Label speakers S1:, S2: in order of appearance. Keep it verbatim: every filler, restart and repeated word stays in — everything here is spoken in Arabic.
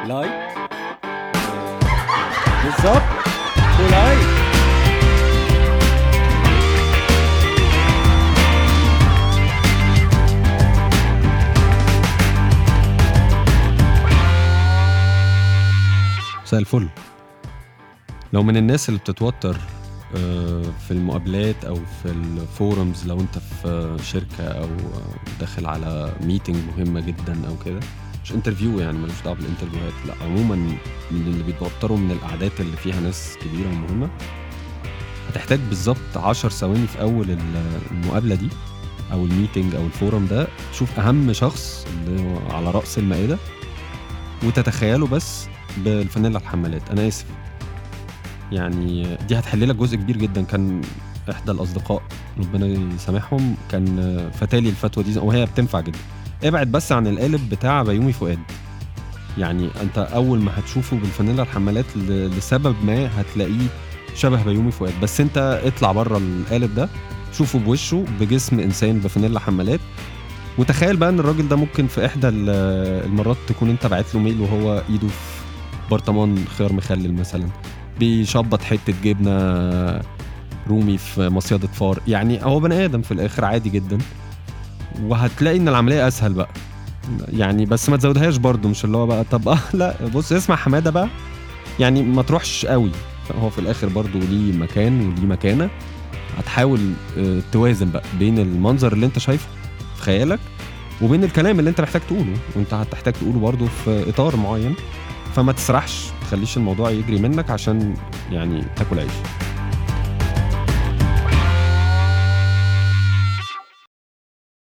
S1: لايك بالظبط ولايك. مساء الفل. لو من الناس اللي بتتوتر في المقابلات او في الفورمز، لو انت في شركة او داخل على ميتنج مهمة جدا او كده، مش انترفيو يعني ملوش دعوه بالانترفيوهات، لا عموما من اللي بيتوتروا من القعدات اللي فيها ناس كبيرة ومهمة، هتحتاج بالظبط عشر ثواني في اول المقابلة دي او الميتنج او الفورم ده، تشوف اهم شخص اللي على رأس المائدة وتتخيله بس بالفانيلا الحمالات. انا اسف يعني، دي هتحللك جزء كبير جدا. كان احدى الاصدقاء ربنا يسامحهم كان فتالي الفتوى دي وهي بتنفع جدا. ابعد بس عن القالب بتاع بيومي فؤاد. يعني انت اول ما هتشوفه بالفانيلا الحمالات لسبب ما هتلاقيه شبه بيومي فؤاد، بس انت اطلع بره القالب ده، شوفه بوشه بجسم انسان بفانيلا حمالات، وتخيل بقى ان الراجل ده ممكن في احدى المرات تكون انت بعت له ميل وهو ايده في برطمان خيار مخلل مثلا، بيشبط حتة جبنة رومي في مصيدة فار. يعني هو بني آدم في الآخر عادي جدا، وهتلاقي ان العملية اسهل بقى يعني. بس ما تزودهاش برضو، مش اللي هو بقى طب اه لا بص اسمع حمادة بقى، يعني ما تروحش قوي. هو في الآخر برضو ليه مكان وليه مكانة. هتحاول توازن بقى بين المنظر اللي انت شايفه في خيالك وبين الكلام اللي انت محتاج تقوله، وانت هتحتاج تقوله برضو في إطار معين. فما تسرحش، تخليش الموضوع يجري منك عشان يعني تاكل عيش.